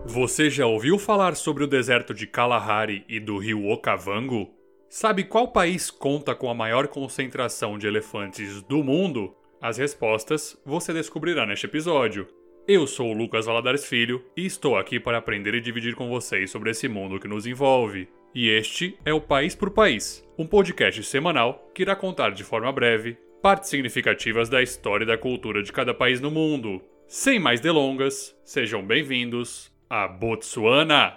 Você já ouviu falar sobre o deserto de Kalahari e do rio Okavango? Sabe qual país conta com a maior concentração de elefantes do mundo? As respostas você descobrirá neste episódio. Eu sou o Lucas Valadares Filho e estou aqui para aprender e dividir com vocês sobre esse mundo que nos envolve. E este é o País por País, um podcast semanal que irá contar de forma breve partes significativas da história e da cultura de cada país no mundo. Sem mais delongas, sejam bem-vindos a Botsuana!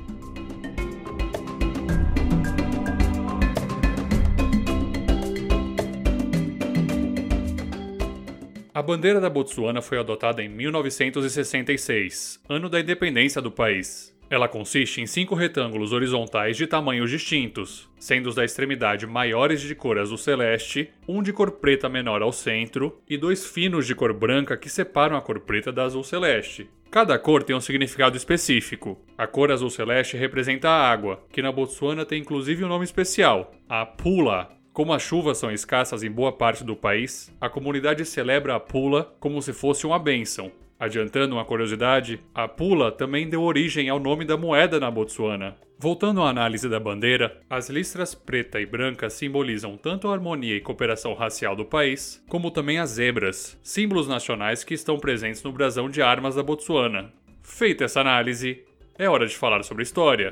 A bandeira da Botsuana foi adotada em 1966, ano da independência do país. Ela consiste em 5 retângulos horizontais de tamanhos distintos, sendo os da extremidade maiores de cor azul celeste, um de cor preta menor ao centro e 2 finos de cor branca que separam a cor preta da azul celeste. Cada cor tem um significado específico. A cor azul celeste representa a água, que na Botsuana tem inclusive um nome especial, a pula. Como as chuvas são escassas em boa parte do país, a comunidade celebra a pula como se fosse uma bênção. Adiantando uma curiosidade, a pula também deu origem ao nome da moeda na Botsuana. Voltando à análise da bandeira, as listras preta e branca simbolizam tanto a harmonia e cooperação racial do país, como também as zebras, símbolos nacionais que estão presentes no brasão de armas da Botsuana. Feita essa análise, é hora de falar sobre história.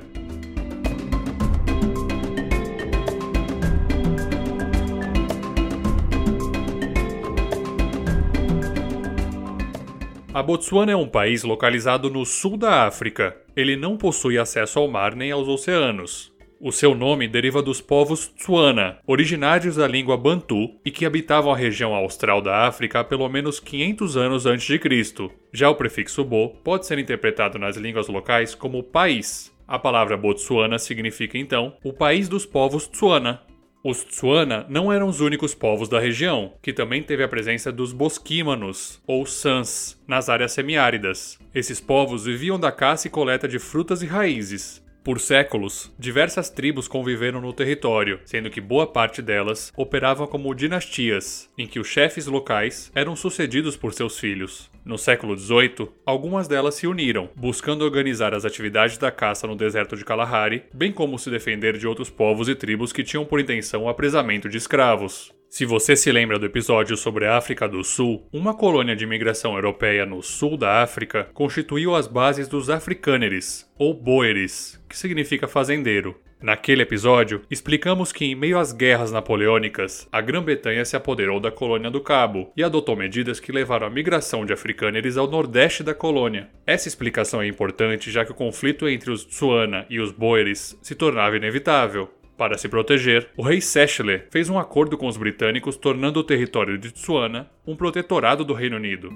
A Botsuana é um país localizado no sul da África. Ele não possui acesso ao mar nem aos oceanos. O seu nome deriva dos povos Tswana, originários da língua Bantu e que habitavam a região austral da África há pelo menos 500 anos antes de Cristo. Já o prefixo Bo pode ser interpretado nas línguas locais como país. A palavra Botsuana significa então o país dos povos Tswana. Os Tswana não eram os únicos povos da região, que também teve a presença dos bosquímanos, ou Sans, nas áreas semiáridas. Esses povos viviam da caça e coleta de frutas e raízes. Por séculos, diversas tribos conviveram no território, sendo que boa parte delas operavam como dinastias, em que os chefes locais eram sucedidos por seus filhos. No século XVIII, algumas delas se uniram, buscando organizar as atividades da caça no deserto de Kalahari, bem como se defender de outros povos e tribos que tinham por intenção o apresamento de escravos. Se você se lembra do episódio sobre a África do Sul, uma colônia de imigração europeia no sul da África constituiu as bases dos Afrikaners, ou Boeres, que significa fazendeiro. Naquele episódio, explicamos que em meio às guerras napoleônicas, a Grã-Bretanha se apoderou da colônia do Cabo e adotou medidas que levaram a migração de Afrikaners ao nordeste da colônia. Essa explicação é importante já que o conflito entre os Tswana e os Boeres se tornava inevitável. Para se proteger, o rei Sechele fez um acordo com os britânicos, tornando o território de Tswana um protetorado do Reino Unido.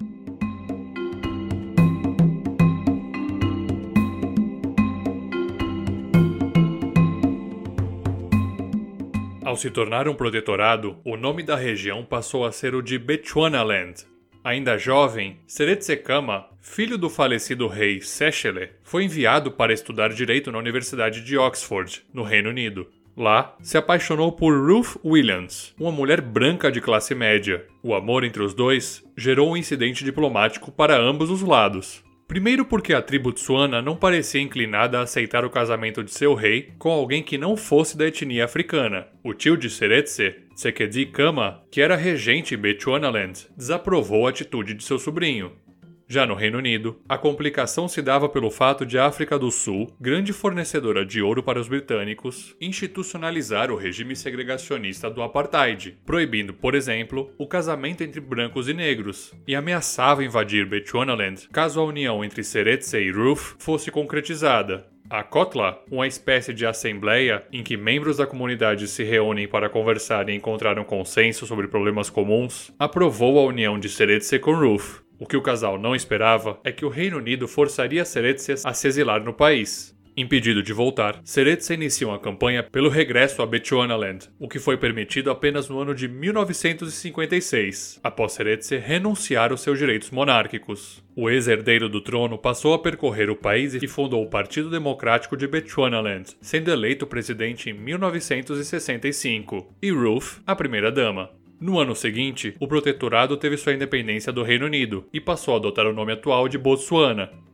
Ao se tornar um protetorado, o nome da região passou a ser o de Bechuanaland. Ainda jovem, Seretse Khama, filho do falecido rei Sechele, foi enviado para estudar direito na Universidade de Oxford, no Reino Unido. Lá, se apaixonou por Ruth Williams, uma mulher branca de classe média. O amor entre os dois gerou um incidente diplomático para ambos os lados. Primeiro porque a tribo Tswana não parecia inclinada a aceitar o casamento de seu rei com alguém que não fosse da etnia africana. O tio de Seretse, Tsekedi Khama, que era regente em Bechuanaland, desaprovou a atitude de seu sobrinho. Já no Reino Unido, a complicação se dava pelo fato de a África do Sul, grande fornecedora de ouro para os britânicos, institucionalizar o regime segregacionista do apartheid, proibindo, por exemplo, o casamento entre brancos e negros, e ameaçava invadir Bechuanaland caso a união entre Seretse e Ruth fosse concretizada. A Kotla, uma espécie de assembleia em que membros da comunidade se reúnem para conversar e encontrar um consenso sobre problemas comuns, aprovou a união de Seretse com Ruth. O que o casal não esperava é que o Reino Unido forçaria Seretse a se exilar no país. Impedido de voltar, Seretse inicia uma campanha pelo regresso a Bechuanaland, o que foi permitido apenas no ano de 1956, após Seretse renunciar aos seus direitos monárquicos. O ex-herdeiro do trono passou a percorrer o país e fundou o Partido Democrático de Bechuanaland, sendo eleito presidente em 1965, e Ruth, a primeira-dama. No ano seguinte, o protetorado teve sua independência do Reino Unido e passou a adotar o nome atual de Botsuana.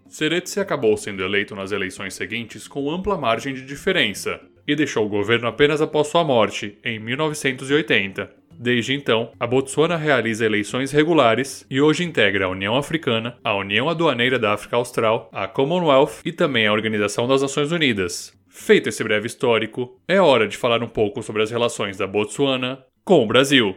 Seretse acabou sendo eleito nas eleições seguintes com ampla margem de diferença e deixou o governo apenas após sua morte, em 1980. Desde então, a Botsuana realiza eleições regulares e hoje integra a União Africana, a União Aduaneira da África Austral, a Commonwealth e também a Organização das Nações Unidas. Feito esse breve histórico, é hora de falar um pouco sobre as relações da Botsuana com o Brasil.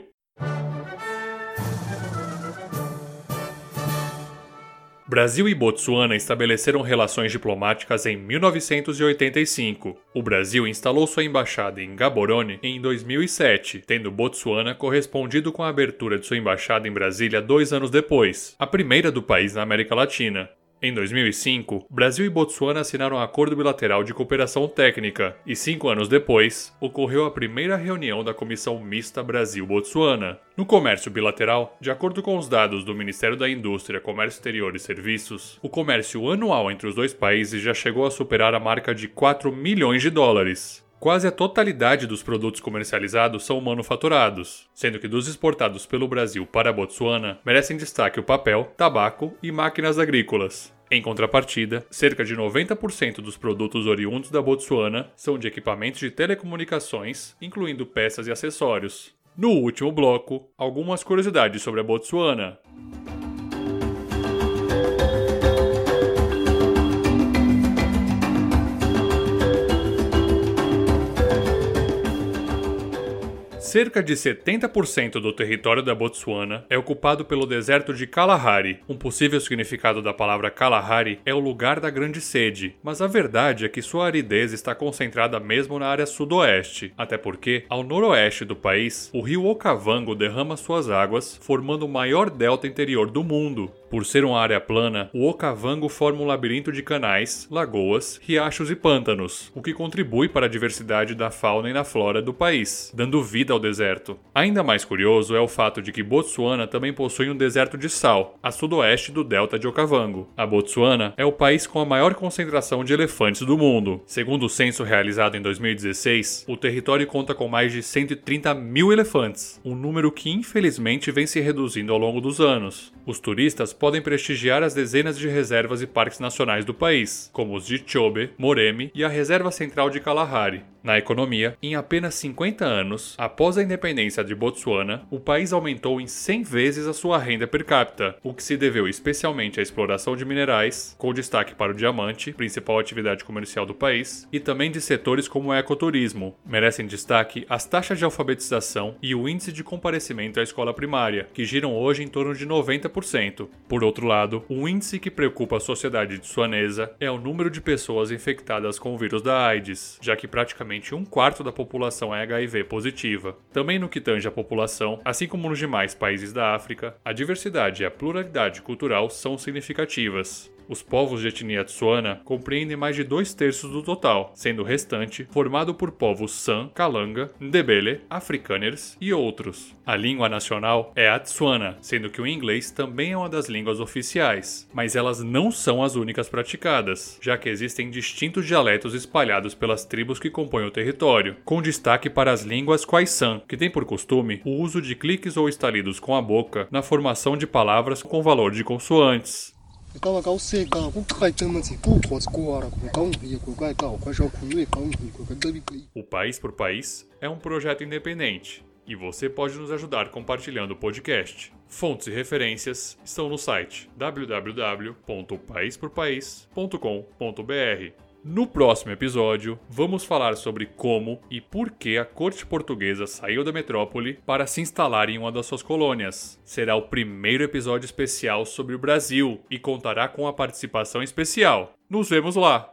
Brasil e Botsuana estabeleceram relações diplomáticas em 1985. O Brasil instalou sua embaixada em Gaborone em 2007, tendo Botsuana correspondido com a abertura de sua embaixada em Brasília 2 anos depois, a primeira do país na América Latina. Em 2005, Brasil e Botsuana assinaram um acordo bilateral de cooperação técnica e 5 anos depois, ocorreu a primeira reunião da Comissão Mista Brasil-Botsuana. No comércio bilateral, de acordo com os dados do Ministério da Indústria, Comércio Exterior e Serviços, o comércio anual entre os dois países já chegou a superar a marca de 4 milhões de dólares. Quase a totalidade dos produtos comercializados são manufaturados, sendo que dos exportados pelo Brasil para a Botsuana merecem destaque o papel, tabaco e máquinas agrícolas. Em contrapartida, cerca de 90% dos produtos oriundos da Botsuana são de equipamentos de telecomunicações, incluindo peças e acessórios. No último bloco, algumas curiosidades sobre a Botsuana. Cerca de 70% do território da Botsuana é ocupado pelo deserto de Kalahari. Um possível significado da palavra Kalahari é o lugar da grande sede, mas a verdade é que sua aridez está concentrada mesmo na área sudoeste, até porque, ao noroeste do país, o rio Okavango derrama suas águas, formando o maior delta interior do mundo. Por ser uma área plana, o Okavango forma um labirinto de canais, lagoas, riachos e pântanos, o que contribui para a diversidade da fauna e da flora do país, dando vida ao deserto. Ainda mais curioso é o fato de que Botsuana também possui um deserto de sal, a sudoeste do delta de Okavango. A Botsuana é o país com a maior concentração de elefantes do mundo. Segundo o censo realizado em 2016, o território conta com mais de 130 mil elefantes, um número que infelizmente vem se reduzindo ao longo dos anos. Os turistas podem prestigiar as dezenas de reservas e parques nacionais do país, como os de Chobe, Moremi e a Reserva Central de Kalahari. Na economia, em apenas 50 anos, após a independência de Botsuana, o país aumentou em 100 vezes a sua renda per capita, o que se deveu especialmente à exploração de minerais, com destaque para o diamante, principal atividade comercial do país, e também de setores como o ecoturismo. Merecem destaque as taxas de alfabetização e o índice de comparecimento à escola primária, que giram hoje em torno de 90%. Por outro lado, um índice que preocupa a sociedade tsuanesa é o número de pessoas infectadas com o vírus da AIDS, já que praticamente 1/4 da população é HIV positiva. Também no que tange a população, assim como nos demais países da África, a diversidade e a pluralidade cultural são significativas. Os povos de etnia tsuana compreendem mais de 2/3 do total, sendo o restante formado por povos San, Kalanga, Ndebele, Afrikaners e outros. A língua nacional é a Tsuana, sendo que o inglês também é uma das línguas oficiais, mas elas não são as únicas praticadas, já que existem distintos dialetos espalhados pelas tribos que compõem o território, com destaque para as línguas Khoisan, que tem por costume o uso de cliques ou estalidos com a boca na formação de palavras com valor de consoantes. O País por País é um projeto independente e você pode nos ajudar compartilhando o podcast. Fontes e referências estão no site www.paisporpais.com.br. No próximo episódio, vamos falar sobre como e por que a corte portuguesa saiu da metrópole para se instalar em uma das suas colônias. Será o primeiro episódio especial sobre o Brasil e contará com a participação especial. Nos vemos lá!